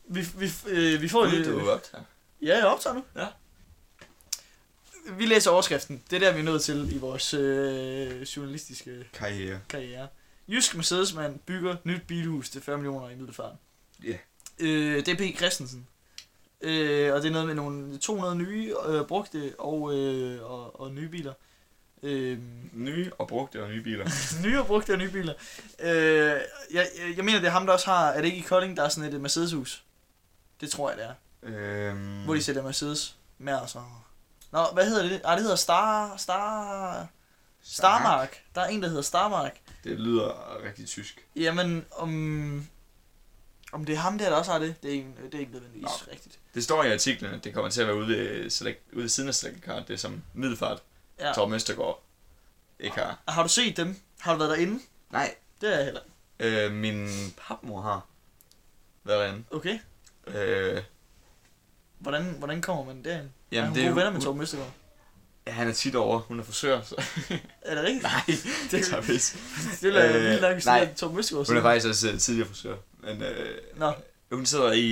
Vi får lidt... Du optager. Ja, jeg optager nu. Ja. Vi læser overskriften. Det er der, vi er nået til i vores journalistiske karriere. Jysk Mercedesmand bygger nyt bilhus til 40 millioner i Middelfart. Ja. Det er P. Christensen. Og det er noget med nogle 200 nye brugte og nye biler. Nye og brugte og nye biler. Nye og brugte og nye biler. Jeg mener, det er ham, der også har... Er det ikke i Kolding, der er sådan et Mercedes-hus? Det tror jeg, det er. Hvor de sætter Mercedes med og så... Nå, hvad hedder det? Det hedder Starmark. Der er en, der hedder Starmark. Det lyder rigtig tysk. Jamen, om det er ham der også har det, det er ikke nødvendigvis rigtigt. Det står i artiklen, at det kommer til at være ude ved siden af Select Car. Det er som Middelfart. Ja. Torben Østergaard ikke har. Har du set dem? Har du været derinde? Nej. Det er jeg heller. Min papmor har været derinde. Okay. Hvordan kommer man derind? Jamen, er hun gode venner med Torben Østergaard? Ja, han er tit over. Hun er frisør, så... Er det rigtigt? Nej, det tager pis. Det er vildt nok at sige, at Torben Østergaard... Hun er faktisk også tidligere frisør. Men hun sidder i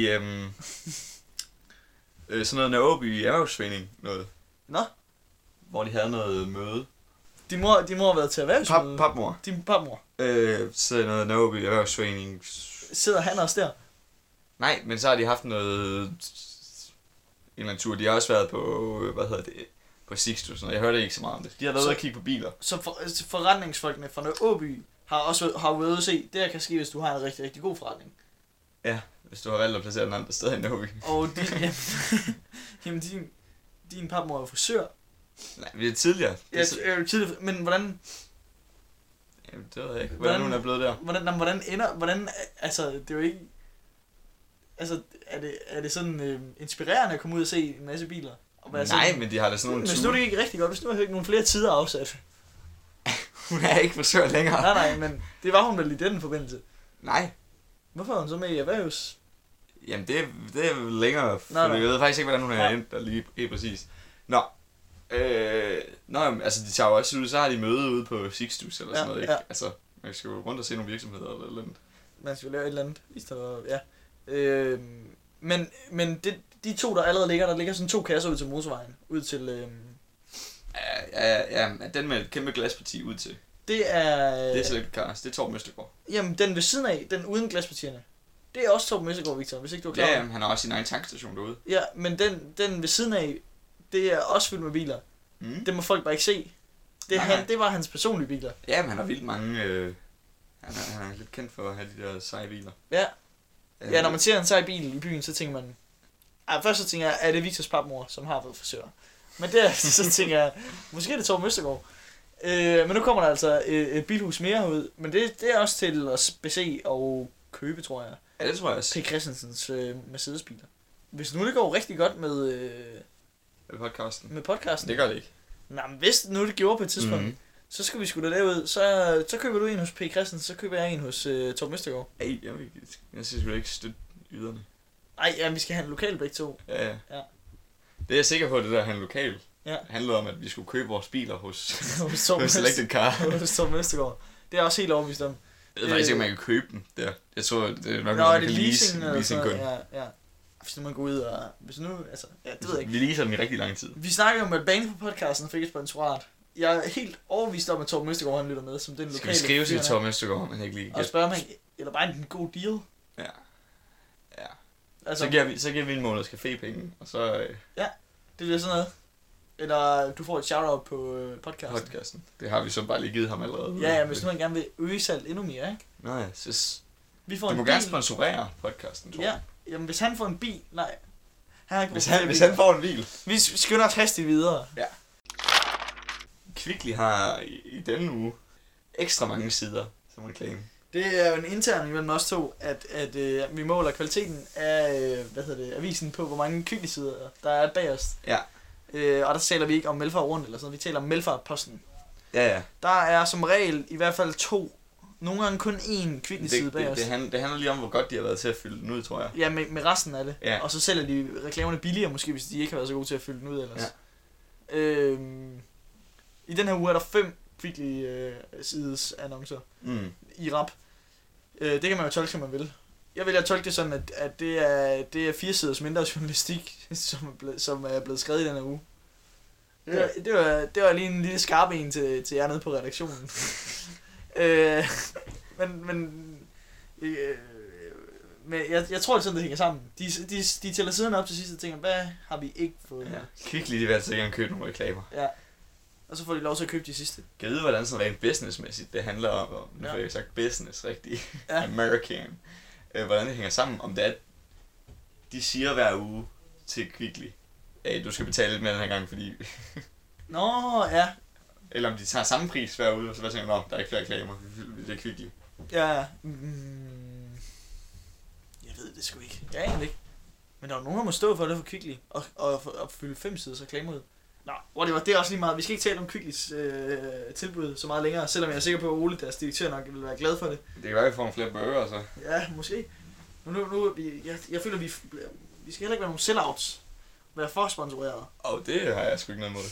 sådan noget Nørreby erhvervsforening noget. Nå? Hvor de havde noget møde. De må have været til erhvervsmøde. Papmor. Din papmor. Sidder i noget Nørreby erhvervsforening. Sidder han også der? Nej, men så har de haft noget... En eller anden tur. De har også været på, på Sixtus. Jeg hørte ikke så meget om det. De har været ude at kigge på biler. Så forretningsfolkene fra Nørreby har været ude at se, det her kan ske, hvis du har en rigtig, rigtig god forretning. Ja, hvis du har valgt at placere den andre sted i Nørreby. Og jamen, din papmor er frisør. Nej, vi er tidligere. Tidligere, men hvordan... Jamen, det ved jeg ikke. Hvordan hun er blevet der. Hvordan, altså, det er jo ikke... Altså, er det sådan inspirerende at komme ud og se en masse biler? Nej, men de har da sådan nogle ture. Men nu er det ikke rigtig godt, hvis nu har ikke nogle flere tider afsat. Hun er ikke frisør længere. Nej, men det var hun vel i den forbindelse. Nej. Hvorfor er hun så med i erhvervs? Jamen, det er længere, for jeg ved faktisk ikke, hvordan hun er endt der lige helt præcis. Nå. Altså, de tager jo også ud, så har de møde ude på Sixtus eller sådan noget, ikke? Ja. Altså, man skal jo rundt og se nogle virksomheder eller noget. Man skal jo lave et eller andet, i stedet for, ja. Men de to, der allerede ligger, der ligger sådan 2 kasser ud til motorvejen, ud til... Ja, den med et kæmpe glasparti ud til. Det er Select Cars, det er Torben Østergaard. Jamen, den ved siden af, den uden glaspartierne, det er også Torben Østergaard, Victor, hvis ikke du er klar. Ja, han har også sin egen tankstation derude. Ja, men den ved siden af, det er også fyldt med biler. Det må folk bare ikke se. Det var hans personlige biler. Ja, men han har vildt mange... Han er lidt kendt for at have de der seje biler. Ja. Ja, når man ser en sej bil i byen, så tænker man... Først så tænker jeg, er det Victors papmor, som har været frisør? Men derefter så tænker jeg, måske er det Torben Østergaard. Men nu kommer der altså et bilhus mere herud. Men det er også til at bese og købe, tror jeg. Ja, det tror jeg også. P. Christensens Mercedes-biler. Hvis nu det går rigtig godt med podcasten. Det gør det ikke. Nej, men hvis nu det gjorde på et tidspunkt, så skal vi sgu da derud. Så køber du en hos P. Christensen, så køber jeg en hos Torben Østergaard. Ej, jeg synes jo ikke støtte yderne. Nej, ja, vi skal have en lokal begge to. Ja. Det er jeg sikker på, at det der han lokal. Ja. Det handlede om, at vi skulle købe vores biler hos Selected Car. Hos Torben Østergaard. Det er også helt overbevist om. Jeg ved faktisk ikke, om man kan købe dem der. Jeg tror, det er nok noget, man kan leasing kun. Ja. Hvis man går ud og... Hvis nu, altså... Ja, det ved jeg ikke. Vi leaser dem i rigtig lang tid. Vi snakker om, at bane på podcasten og fik et sponsorat. Jeg er helt overbevist om, at Torben Østergaard han lytter med, som den lokale... Skal vi skrive til Torben Østergaard, men ikke lige... Og spørge, om han... Eller bare en god deal. Ja. Altså, så giver vi en måneds cafépenge, og så... Ja, det bliver sådan noget. Eller du får et shout-out på podcasten. Det har vi så bare lige givet ham allerede. Ja, hvis nu han gerne vil øge salg endnu mere, ikke? Nå ja, så... Vi får du må gerne sponsorere podcasten, tror jeg. Ja, jamen hvis han får en bil... Nej. Hvis han får en bil. Vi skynder os hastigt videre. Ja. Kvickly har i denne uge ekstra mange sider som reklame. Det er jo en intern mellem os to, at vi måler kvaliteten af avisen på, hvor mange Kvickly-sider der er bag os. Ja. Og der taler vi ikke om Melfart Rundt eller sådan, vi taler om Melfart-posten. Ja. Der er som regel i hvert fald 2, nogle gange kun 1 Kvickly-side bag os. Det handler lige om, hvor godt de har været til at fylde den ud, tror jeg. Ja, med resten af det. Ja. Og så sælger de reklamerne billigere måske, hvis de ikke har været så gode til at fylde den ud ellers. Ja. I den her uge er der 5 Kvickly sides annoncer i rap. Det kan man jo tolke, som man vil. Jeg vil tolke det sådan, at det er 4 siders mindre journalistik, som er blevet skrevet i den her uge. Ja. Det var lige en lille skarp en til jer nede på redaktionen. Men jeg tror, det er sådan, det hænger sammen. De tæller siderne op til sidst og tænker, hvad har vi ikke fået? Ja. Kvickly, de vil altså gerne købe nogle reklamer. Ja. Og så får de lov til at købe de sidste. Kan jeg vide, hvordan sådan rent businessmæssigt det handler om, nu får jeg sagt business rigtig, American, hvordan det hænger sammen, om det er, de siger hver uge til Kvickly, du skal betale lidt mere den her gang, fordi... Nå, ja. Eller om de tager samme pris hver uge, og så tænker der er ikke flere reklamer, det er Kvickly. Ja, jeg ved det sgu ikke. Jeg aner ikke. Men der er nogen, der må stå for det for Kvickly, og fylde 5 siders reklame ud. Nå, whatever, det er også lige meget. Vi skal ikke tale om Kvicklys tilbud så meget længere, selvom jeg er sikker på, at Ole, deres direktør, nok vil være glad for det. Det kan være, at vi får nogle flere burger, så. Ja, måske. Nu jeg føler, vi skal heller ikke være nogle sellouts. Være for sponsoreret. Det har jeg sgu ikke noget imod.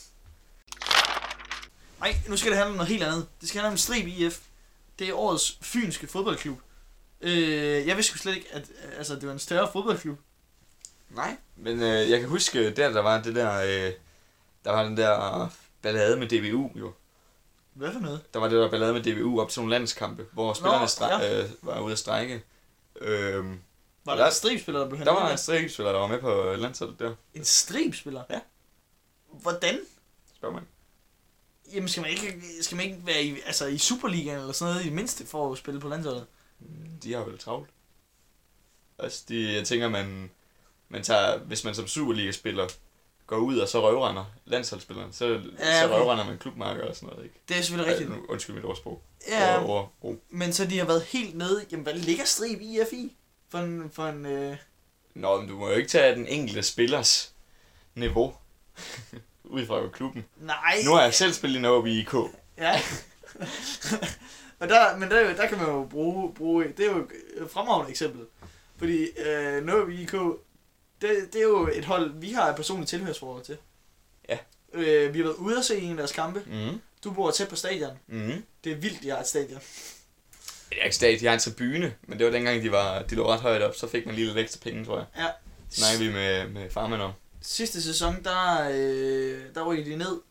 Nej, nu skal det handle om noget helt andet. Det skal handle om Strib IF. Det er årets fynske fodboldklub. Jeg vidste sgu slet ikke, at det var en større fodboldklub. Nej, men jeg kan huske, der var det der... der var den der ballade med DBU, jo. Hvad for noget? Der var det der ballade med DBU op til nogle landskampe, hvor spillerne var ude at strejke. Var der en stribspiller, der blev hentet? Der var en stribspiller, der var med på landsholdet der. En stribspiller? Ja. Hvordan? Spørg man. Jamen skal man ikke være i Superligaen eller sådan noget i det mindste for at spille på landsholdet? De har vel travlt. Altså, jeg tænker, man tager, hvis man som Superliga-spiller går ud og så røvrender landsholdsspilleren, så røvrender man klubmarker og sådan noget, ikke? Det er selvfølgelig rigtigt. Undskyld mit ordsprog. Ja, men så de har været helt nede. Jamen, hvad ligger Strib IF i? For en Nå, men du må jo ikke tage den enkelte spillers niveau ud fra klubben. Nej. Nu har jeg selv spillet i OB IK. Ja. Og der kan man jo bruge det er jo et fremragende eksempel. Fordi OB IK, det er jo et hold, vi har et personligt tilhørsforhold til. Ja. Vi har været ude at se en af deres kampe. Mm. Du bor tæt på stadion. Mm. Det er vildt, de har et stadion. Det er ikke stadion, de har en tribune, men det var dengang, de lå ret højt op, så fik man lige lidt ekstra penge, tror jeg. Ja. Det snakker vi med farmand om. Sidste sæson, der rykkede de ned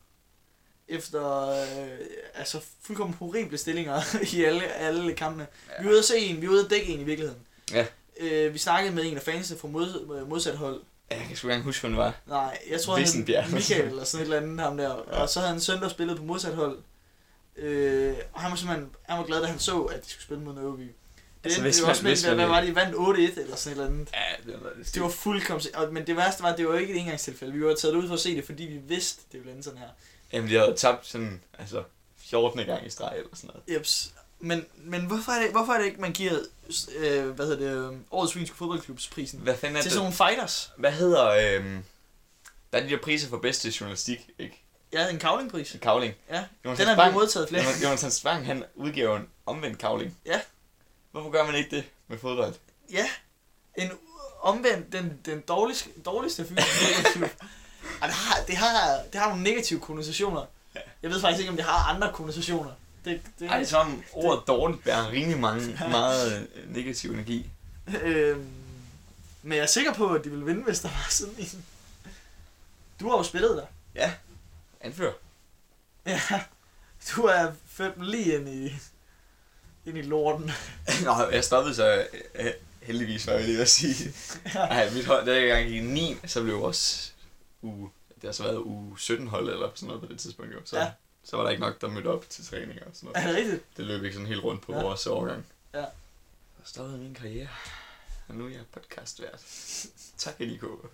efter fuldkommen horrible stillinger i alle kampene. Ja. Vi var ude at se en, vi var ude at dække en i virkeligheden. Ja. Vi snakkede med en af fansene fra modsat hold. Ja, jeg kan sgu ikke huske, hvem det var. Nej, jeg tror, han hed Michael eller sådan et eller andet ham der. Ja. Og så havde han søn, der spillede på modsat hold. Og han var glad, da han så, at de skulle spille mod Nøby. Det var også med, hvad var det, vandt 8-1 eller sådan et eller andet. Ja, det var fuldkommen. Men det værste var, at det var ikke et engangstilfælde. Vi var taget ud for at se det, fordi vi vidste, det ville ende sådan her. Jamen, de havde tabt sådan, 14. gang i streg eller sådan noget. Jeps. Men hvorfor er det ikke, man giver, årets fynske fodboldklubsprisen til sådan nogle fighters? Hvad hedder, der er de der priser for bedste journalistik, ikke? Ja, en Cavling-pris. En Cavling. Ja, den har vi modtaget flere. Jonathan Spang, han udgiver en omvendt Cavling. Ja. Hvorfor gør man ikke det med fodbold? Ja, en omvendt, den dårligste fynske fodboldklub. Det har nogle negative konnotationer. Ja. Jeg ved faktisk ikke, om det har andre konnotationer. Ej, som ordet dårligt bærer rimelig meget negativ energi. Men jeg er sikker på, at de ville vinde, hvis der var sådan en. Du har jo spillet der. Ja, anfører. Ja, du er født lige ind i lorten. Nå, jeg stoppede så heldigvis, var jeg lige at sige. Ej, mit hold, der jeg gik 9, så blev også det har så været uge 17 hold eller sådan noget på det tidspunkt jo. Så, så var der ikke nok, der mødte op til træninger og sådan noget. Er det rigtigt? Det løb ikke sådan helt rundt på vores årgang. Ja. Jeg stoppede min karriere, og nu er jeg podcastvært. Tak, Nico.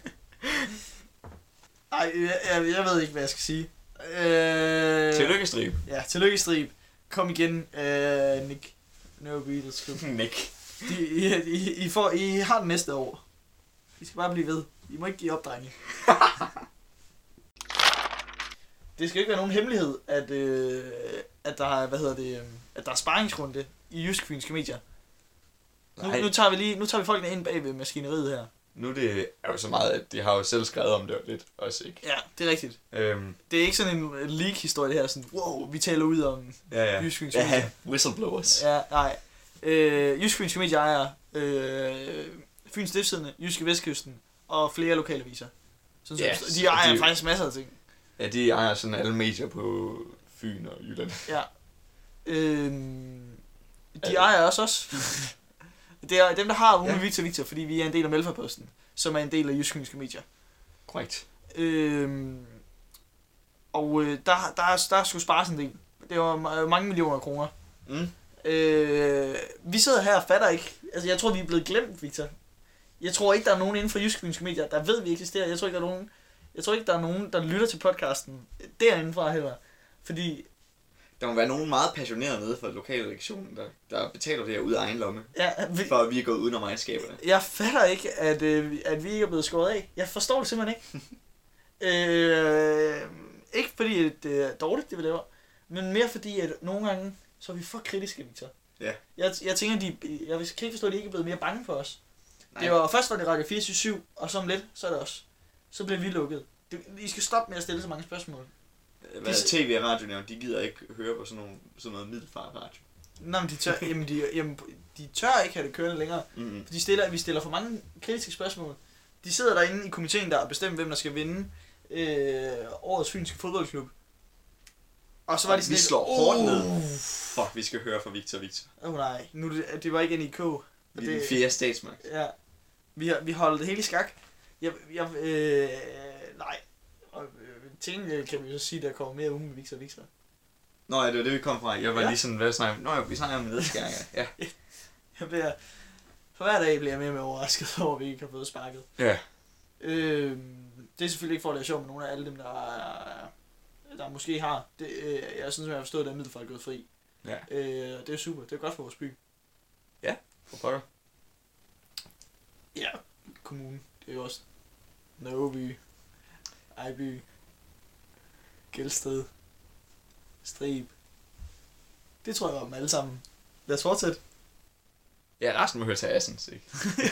Ej, jeg ved ikke, hvad jeg skal sige. Tillykke, Strib. Ja, tillykke, Strib. Kom igen, Nick. No Beatles Club. Nick. I har den næste år. I skal bare blive ved. I må ikke give op, drenge. Det skal ikke være nogen hemmelighed, at der er, at der er sparringsrunde i Jysk Fynske Medier. Nu tager vi folkene ind bag ved maskineriet her. Nu det er jo så meget, at de har jo selv skrevet om det lidt også, ikke? Ja, det er rigtigt. Det er ikke sådan en leak-historie det her, sådan, wow, vi taler ud om Jysk Fynske Medier. Ja, whistleblowers. Ja, nej. Jysk Fynske Medier ejer Fyns Stiftstidende, Jyske Vestkysten og flere lokalaviser. Sådan, Ja, de ejer faktisk masser af ting. Ja, de ejer sådan alle medier på Fyn og Jylland. Ja. De ejer også. Det er dem, der har ugen med Victor, fordi vi er en del af Melfarposten, som er en del af Jysk-Fynske Medier. Korrekt. Og der skulle spares en del. Det var mange millioner kroner. Vi sidder her og fatter ikke. Altså, jeg tror, vi er blevet glemt, Victor. Jeg tror ikke, der er nogen inden for Jysk-Fynske Medier, der ved, vi eksisterer. Jeg tror ikke, der er nogen, der lytter til podcasten derindefra heller. Fordi der må være nogen meget passionerede nede for lokalredaktionen, der betaler det her ud af egen lomme. Ja, for at vi er gået udenom egenskaberne. Jeg fatter ikke, at vi ikke er blevet skåret af. Jeg forstår det simpelthen ikke. Ikke fordi det er dårligt, det vi laver, men mere fordi, at nogle gange, så er vi for kritiske, Victor. Ja. Jeg tænker, jeg kan ikke forstå, at de ikke er blevet mere bange for os. Nej. Først var det Radio 24/7, og så om lidt, så er det os. Så bliver vi lukket. I skal stoppe med at stille så mange spørgsmål. TV og radio, de gider ikke høre på sådan noget middelfart radio. Nej, men de tør ikke have det kørende længere. Mm-hmm. For vi stiller for mange kritiske spørgsmål. De sidder derinde i komiteen, der har bestemt, hvem der skal vinde årets fynske fodboldklub. Og så var de sådan vi slår hårdt ned. Fuck, vi skal høre fra Victor. Nej, det var ikke NIK. Vi er den fjerde statsmagt. Ja, vi holdt det hele i skak. Nej. Og tingene kan vi jo så sige, der kommer mere uge med Victor. Nå ja, det var det, vi kom fra. Jeg var lige sådan, hvad snakker vi? Nå ja, vi snakker om nedskæringer. Ja. For hver dag bliver jeg mere og mere overrasket over, at vi ikke har fået sparket. Ja. Det er selvfølgelig ikke for at lade sjov med nogle af alle dem, der måske har. Jeg synes, jeg har forstået, at Middelfart er gået fri. Ja. Det er super. Det er godt for vores by. Ja, for pokker. Ja, kommunen. Det er jo også Nørreby, Ejby, Gelsted, Strib. Det tror jeg var dem alle sammen. Lad os fortsætte. Ja, resten må høre til Assens, ikke?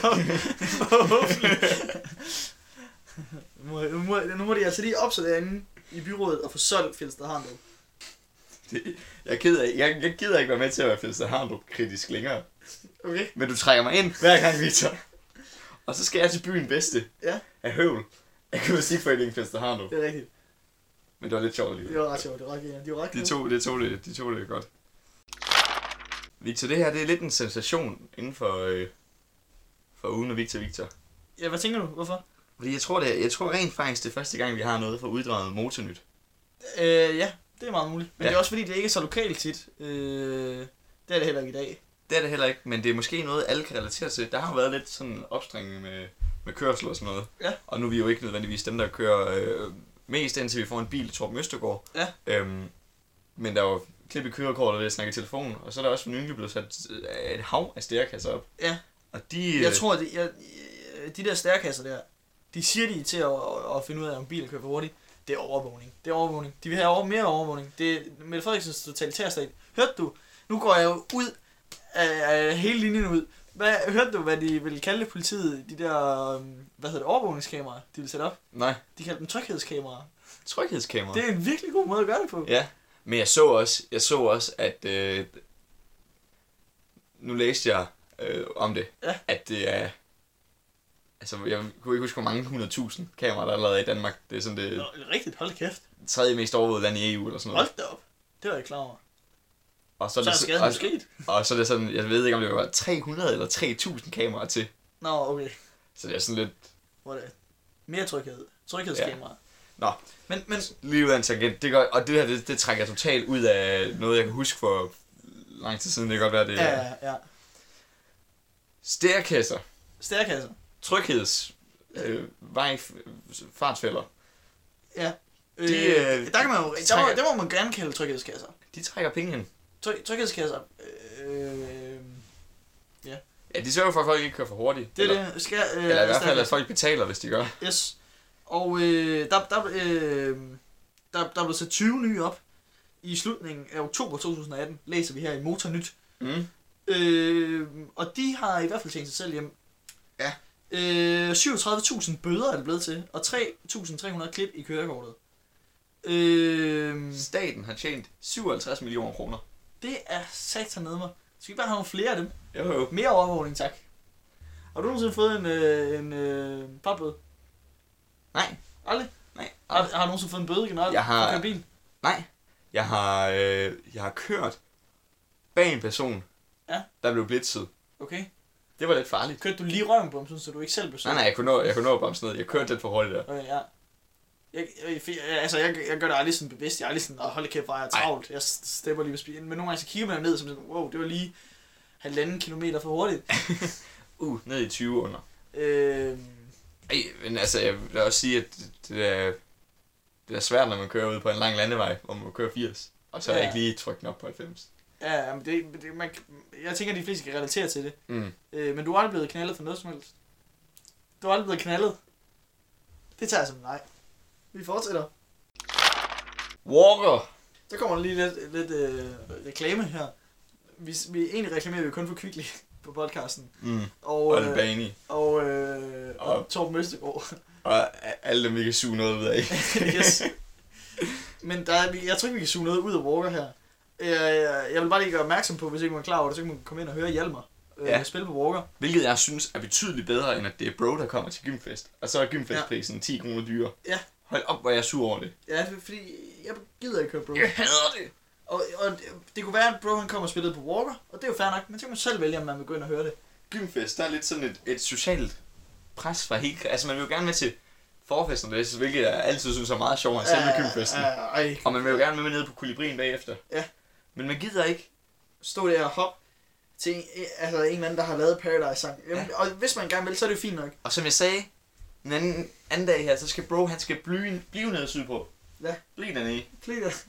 Nu må de altså lige opsætte derinde i byrådet og få solgt Fjeldsted Harndrup. Jeg gider ikke være med til at være Fjeldsted Harndrup kritisk længere. Okay. Men du trækker mig ind hver gang, Victor. Og så skal jeg til byen bedste. Ja. Af høvl. Jeg kan jo sige foreningen Fjeldsted Harndrup. Det er rigtigt. Men det var lidt sjovt alligevel. Det var ret sjovt. De tog det godt. Victor, det her det er lidt en sensation inden for ugen med Victor. Ja, hvad tænker du? Hvorfor? Fordi jeg tror rent faktisk, det er første gang, vi har noget for uddraget motornyt. Ja, det er meget muligt. Men det er også fordi, det ikke er så lokalt tit. Det er det heller ikke i dag. Det er det heller ikke, men det er måske noget, alle kan relatere til. Der har jo været lidt sådan opstringning med kørsel og sådan noget. Ja. Og nu er vi jo ikke nødvendigvis dem, der kører mest, indtil vi får en bil i Torben Østergaard. Ja. Men der er jo klip i kørekortet ved at snakke i telefon, og så er der også for nylig blevet sat et hav af stærekasser op. Ja. Og de... Jeg tror, de der stærekasser der, de siger de til at finde ud af, om bilen kører for hurtigt. Det er overvågning. De vil have mere overvågning. Det er Mette Frederiksens totalitærstat. Hørte du? Nu går jeg jo ud af hele linjen ud. Hørte du, hvad de ville kalde politiet? De der, overvågningskameraer, de vil sætte op? Nej. De kaldte dem tryghedskameraer. Tryghedskameraer? Det er en virkelig god måde at gøre det på. Ja, men jeg så også, at nu læste jeg om det, at det er, altså jeg kunne ikke huske, hvor mange 100.000 kameraer, der er lavet i Danmark. Det er sådan det... Nå, rigtigt, hold kæft. Tredje mest overvågede land i EU eller sådan noget. Hold da op. Det var jeg klar over. Og så er så er det sådan, jeg ved ikke, om det var 300 eller 3.000 kameraer til. Nå, okay. Så det er sådan lidt... Hvor er det? Mere tryghed. Tryghedskameraer. Ja. Nå, men lige ud af en tangent. Og det her, det trækker jeg totalt ud af noget, jeg kan huske for lang tid siden. Det kan godt være, det ja. Stærekasser. Trygheds. Fartsfælder. Ja. Der kan man jo... Det må man gerne kalde tryghedskasser. De trækker penge ind. Tryghedskasser. Ja. Ja, de sørger for, at folk ikke kører for hurtigt. Det er det. Eller i hvert fald, at folk betaler, hvis de gør. Yes. Og der blev sat 20 nye op i slutningen af oktober 2018, læser vi her i Motornyt. Og de har i hvert fald tjent sig selv hjem. Ja. 37.000 bøder er det blevet til, og 3.300 klip i kørekortet. Staten har tjent 57 millioner kroner. Det er satan ned mig. Skal vi bare have nogle flere af dem? Jo. Mere overvågning, tak. Har du nogensinde fået en fartbøde? Nej. Aldrig? Nej. Har du nogensinde fået en bøde generelt? Jeg har... For at køre bil? Nej. Jeg har kørt bag en person, der blev blitzet. Okay. Det var lidt farligt. Kørte du lige røven på ham, så du ikke selv blev sådan? Nej, jeg kunne nå at bremse ned. Jeg kørte lidt for hurtigt der. Okay, ja. Jeg gør det aldrig sådan bevidst. Jeg er aldrig sådan, hold kæft, hvor jeg er travlt. Jeg stepper lige på speeden. Men nogle gange så kigger man ned som sådan, wow, det var lige 1,5 kilometer for hurtigt. Ned i 20 under. Men altså, jeg vil også sige, at det er svært, når man kører ud på en lang landevej, hvor man kører 80. Og så er jeg ikke lige trykken op på 90. Ja, men jeg tænker, at de fleste kan relatere til det. Men du er aldrig blevet knaldet for noget som helst. Du er aldrig blevet knaldet. Det tager jeg som nej. Vi fortsætter. Walker! Så kommer der lige lidt reklame her. Vi egentlig reklamerer vi kun for Kvickly på podcasten. Og Albani. Og Torben Østergaard. Og alle dem, vi kan suge noget ud af. Yes. Men jeg tror ikke, vi kan suge noget ud af Walker her. Jeg vil bare lige gøre opmærksom på, hvis ikke man er klar over det, så kan man komme ind og høre Hjalmar spille på Walker. Hvilket jeg synes er betydeligt bedre, end at det er Bro, der kommer til Gymfest. Og så er Gymfestprisen 10 kroner dyrere. Ja. Hold op, hvor jeg er sur over det. Ja, fordi jeg gider ikke høre Bro. Jeg hader det. Og det kunne være, at Bro han kommer og spillede på Walker, og det er jo fair nok, men så kan man selv vælge, om man vil gå ind og høre det. Gymfest, der er lidt sådan et socialt pres fra helt... Altså man vil jo gerne med til forfesten, hvilket jeg altid synes er meget sjovt, selv med Gymfesten. Og man vil jo gerne med nede på Kolibrien bagefter. Ja. Men man gider ikke stå der og hoppe til en eller anden, der har lavet Paradise-sang. Ja. Og hvis man gerne vil, så er det jo fint nok. Og som jeg sagde, en anden dag her, så skal Bro, han skal blive nede sydpå. Ja. Bliv dernede. Bliv der.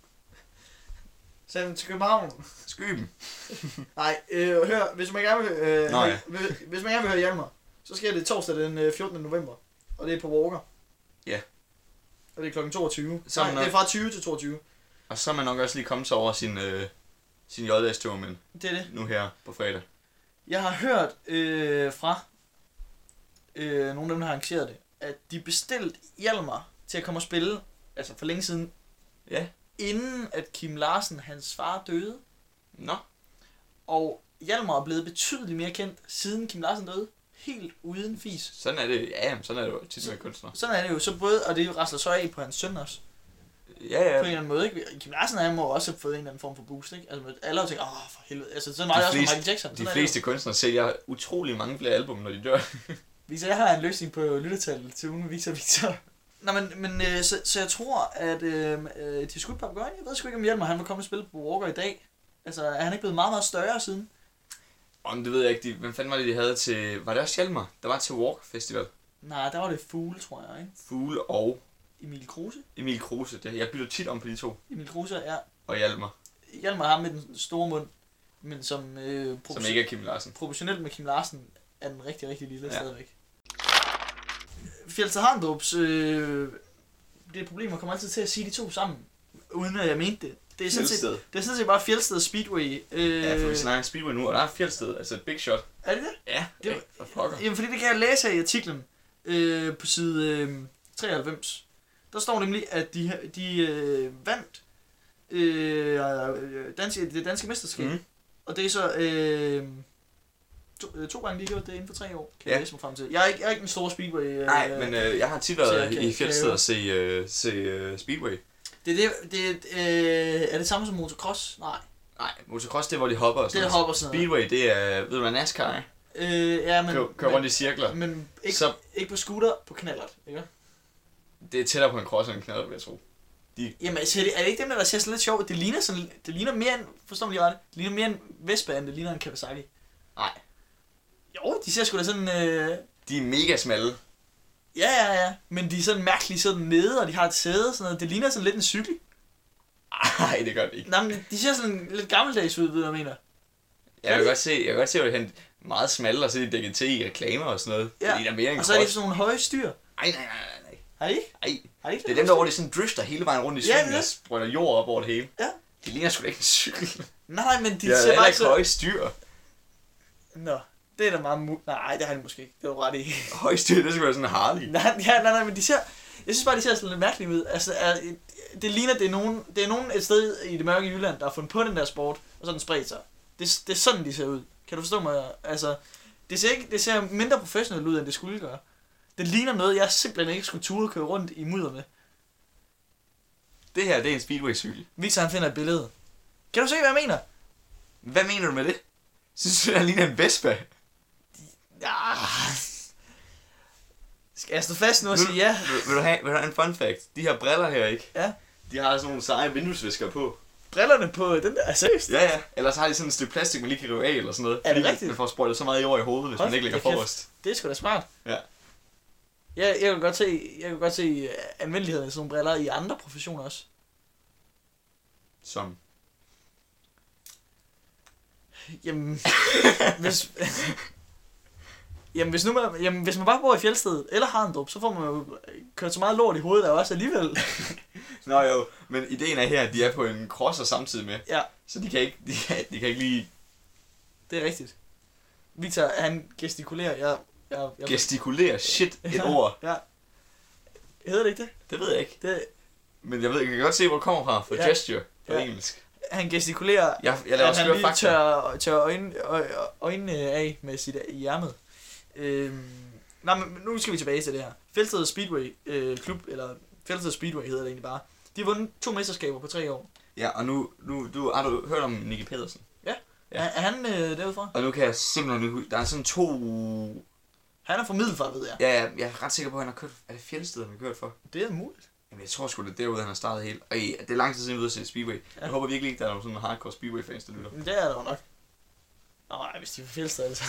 Send til København. Skyb dem. Nej, hør, hvis man gerne vil høre Hjalmar, så sker det torsdag den 14. november. Og det er på Walker. Ja. Og det er klokken 22. Det er fra 20 til 22. Og så er man nok også lige kommet sig over sin JS-tur, men det er det. Nu her på fredag. Jeg har hørt fra nogle af dem, der har arrangeret det, at de bestilte Hjalmar til at komme og spille, altså for længe siden, inden at Kim Larsen, hans far, døde. Nå. Og Hjalmar er blevet betydeligt mere kendt, siden Kim Larsen døde. Helt uden fis. Sådan er det, sådan er det jo tit med kunstnere. Sådan er det jo, så både, og det rasler så af på hans søn også. Ja. På en eller anden måde, ikke? Kim Larsen, han må også have fået en eller anden form for boost, ikke? Altså, alle har tænkt, for helvede. Altså, sådan var det også med Michael Jackson. De fleste kunstnere sælger utrolig mange flere album, når de dør. Victor, jeg har en løsning på lyttertallet til ugen med Victor. Nå, men så jeg tror, at de skudt Papagøjen, jeg ved sgu ikke, om Hjalmar han vil komme og spille på Walker i dag. Altså, er han ikke blevet meget, meget større siden? Det ved jeg ikke. Hvem fanden var det, de havde til... Var det også Hjalmar, der var til Walker Festival? Nej, der var det Fugle, tror jeg, ikke? Fugle og... Emil Kruse, det. Jeg bytter tit om på de to. Emil Kruse, ja. Og Hjalmar. Hjalmar har med den store mund, men som ikke er Kim Larsen. Proportionelt med Kim Larsen er den rigtig, rigtig lille stadigvæk. Fjeldsted Harndrups, det er et problem, man kommer altid til at sige de to sammen, uden at jeg mente det. Det er sådan set bare Fjeldsted Speedway. Ja, for vi snakker Speedway nu, og der er Fjeldsted, altså et big shot. Er det det? Ja, det er for jamen, fordi det kan jeg læse af i artiklen på side 93. Der står nemlig, at de vandt det danske mesterskab. Og det er så to gange, de har gjort det inden for 3 år, kan jeg læse mig frem til. Jeg er ikke en stor Speedway. Nej, men jeg har tit været i Fjeldsted og se Speedway. Er det samme som motocross? Nej, motocross det er, hvor de hopper og sådan noget. Hopper sådan Speedway, det er, ved du hvad NASCAR er? Ja, men... Kører rundt i cirkler. Men ikke på scooter, på knallert, ikke? Det er tættere på en cross end en knallert, vil jeg tro. Jamen, er det ikke dem, der ser sådan lidt sjovt? Det ligner mere end, forstår mig lige ret, det ligner mere en Vespa, end det ligner en Kawasaki. Nej. Jo, de ser sgu da sådan... De er mega smalle. Ja, men de er sådan mærkeligt sådan nede, og de har et sæde, sådan noget. Det ligner sådan lidt en cykel. Nej, det gør det ikke. Nej, men de ser sådan lidt gammeldags ud, ved jeg mener. Jeg kan godt se, at det er meget smalle, og så er de dækket til i reklamer og sådan noget. Ja, det er mere en og så er de sådan nogle høje styr. Nej. Har I ikke? Nej. Har I ikke det er dem, der over det sådan drifter hele vejen rundt i svingen, og sprøjter jord op over det hele. Ja. De ligner sgu da ikke en cykel. Nej, men de ser bare ikke høje styr. Nå, det er da meget nej, det har de måske ikke. Det var ret i. Høje styr, det skal være sådan en Harley. Nej, men de ser... Jeg synes bare, de ser sådan lidt mærkeligt ud. Altså, det ligner, det er nogen et sted i det mørke Jylland, der har fundet på den der sport, og så den spredt sig. Det er sådan, de ser ud. Kan du forstå mig? Altså, Det ser mindre professionelt ud, end det skulle gøre. Det ligner noget, jeg simpelthen ikke skulle ture køre rundt i mudder med. Det her, det er en speedway-cykel. Victor, han finder et billede. Kan du se, hvad jeg mener? Hvad mener du med det? Synes du, det ligner en Vespa? Ja. Skal jeg stå fast nu og sige ja? Vil du have en fun fact? De her briller her, ikke? Ja. De har sådan nogle seje vinduesvisker på. Brillerne på den der, seriøst? Ja. Ellers har de sådan et stykke plastik, man lige kan rive af eller sådan noget. Er det rigtigt? Man får sprøjtet så meget jord i hovedet, hvis man ikke ligger forrest. Det er sgu da smart. Ja. Jeg kan godt se anvendeligheden af sådan nogle briller i andre professioner også. Som? Jamen, hvis man bare bor i Fjeldsted eller Harndrup, så får man jo kørt så meget lort i hovedet der også alligevel. Nå jo, men ideen er her, at de er på en crosser samtidig med. Ja. Så de kan ikke lige... Det er rigtigt. Victor, han gestikulerer. Jeg Gestikulerer, shit, et ord. Ja. Hedder det ikke det? Det ved jeg ikke. Men jeg kan godt se, hvor det kommer fra, for gesture på engelsk. Han gestikulerer, jeg laver at han lige fakta. tør øjnene af med sit ærmet. Nej, men nu skal vi tilbage til det her. Fjeldsted Speedway klub, eller Fjeldsted Speedway hedder det egentlig bare. De har vundet 2 mesterskaber på 3 år. Ja, og nu har du hørt om Nicky Pedersen? Ja. Er han derudfra? Og nu kan jeg simpelthen... Der er sådan 2... Han er fra Middelfart, ved jeg. Ja, jeg er ret sikker på, at han har kørt... Er det Fjeldsted, han har kørt for? Det er muligt. Jamen, jeg tror sgu, det er derude, han har startet helt. Og det er lang tid siden, vi ude at se Speedway. Ja. Jeg håber virkelig ikke, der er nogle sådan hardcore Speedway-fans, der lytter. Men det er der jo nok. Nej, hvis de er fra Fjeldsted, altså.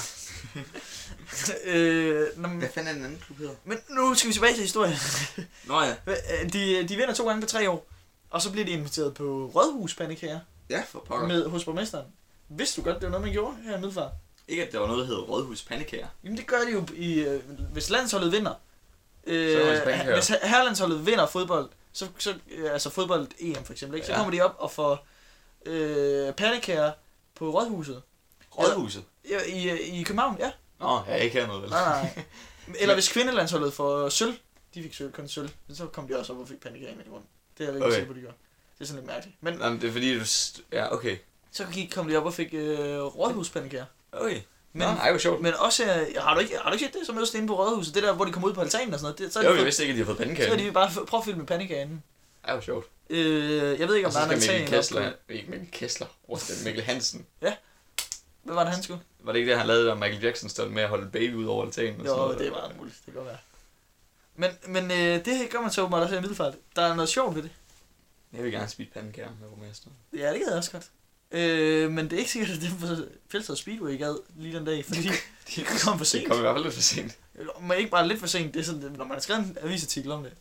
Hvad fanden er den anden klub hedder? Men nu skal vi tilbage til historien. Nå ja. De vinder 2 gange på 3 år. Og så bliver de inviteret på Rådhuspandekager. Ja, for pokker. Hos borgmesteren. Vidste du godt, det var noget, man gjorde her i Middelfart? Ikke, at der var noget, der hedder Rådhuspandekager. Jamen det gør de jo, hvis landsholdet vinder. Hvis herlandsholdet vinder fodbold, så altså fodbold-EM for eksempel, ikke? Så kommer de op og får pandekager på Rådhuset. Rådhuset? Ja, i København, ja. Nå, jeg er ikke her noget vel. Nej. Eller hvis kvindelandsholdet får sølv, de fik kun sølv, så kom de også op og fik pandekager med i rundt. Det er jeg ikke sikker på, de gør. Det er sådan lidt mærkeligt. Men jamen, det er fordi, du... Ja, okay. Så kom de op og fik rådhuspandekager. Okay. Men, jo sjovt. Men også, har du ikke set det, som mødtes inde på Rådhuset? Det der, hvor de kom ud på altanen og sådan noget. Så jeg vidste ikke, at de har fået pandekager. Så har de bare prøvet at fylde med pandekager inden. Det er jo sjovt. Jeg ved ikke, om der er en altan. Mikkel Kessler. Mikkel Hansen. Ja. Hvad var det, han skulle? Var det ikke det, han lavede, der Michael Jackson stod med at holde baby ud over altanen? Jo, det er meget muligt. Det kan godt være. Men det gør man så åbenbart også i Middelfart. Der er noget sjovt ved det. Jeg vil gerne spise pandekager med borgmester. Ja, det gad jeg også godt. Men det er ikke sikkert, at dem fra Fjeldsted Speedway gad lige den dag, fordi de kom for sent. Det kom i hvert fald lidt for sent. Men ikke bare lidt for sent, det er sådan, når man har skrevet en avisartikel om det.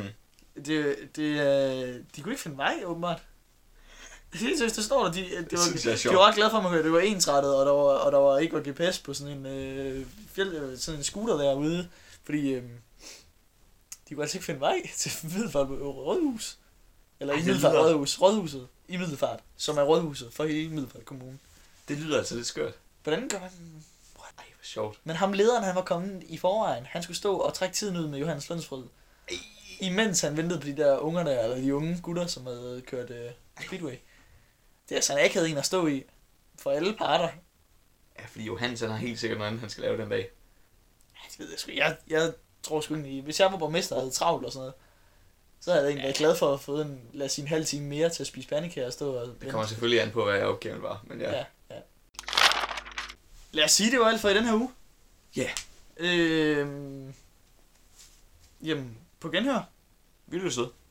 De kunne ikke finde vej, åbenbart. Det står der, de var ret glade for, at man hørte, det var ensrettet, og der var ikke var GPS på sådan en scooter derude, fordi de kunne altså ikke finde vej til Middelfart Rådhus. Eller i Middelfart Rådhuset i Middelfart, som er rådhuset for hele Middelfart Kommune. Det lyder altså lidt skørt. Hvordan gør man? Ej, hvor sjovt. Men ham lederen, han var kommet i forvejen. Han skulle stå og trække tiden ud med Johannes Flensfryd. Imens han ventede på de der unger der, eller de unge gutter, som havde kørt Speedway. Det er altså en akavet en at stå i. For alle parter. Ja, fordi Johannes han har helt sikkert noget andet, han skal lave den dag. Det ved jeg sgu. Jeg tror sgu ikke, hvis jeg var borgmester og havde travlt og sådan noget, så havde jeg egentlig været glad for at få lad os sige, en halv time mere til at spise pandekager og stå og vente. Det kommer selvfølgelig an på, hvad opgaven var, men ja. Lad os sige, det var alt for i den her uge. Ja. Jamen, på genhør. Vil du så?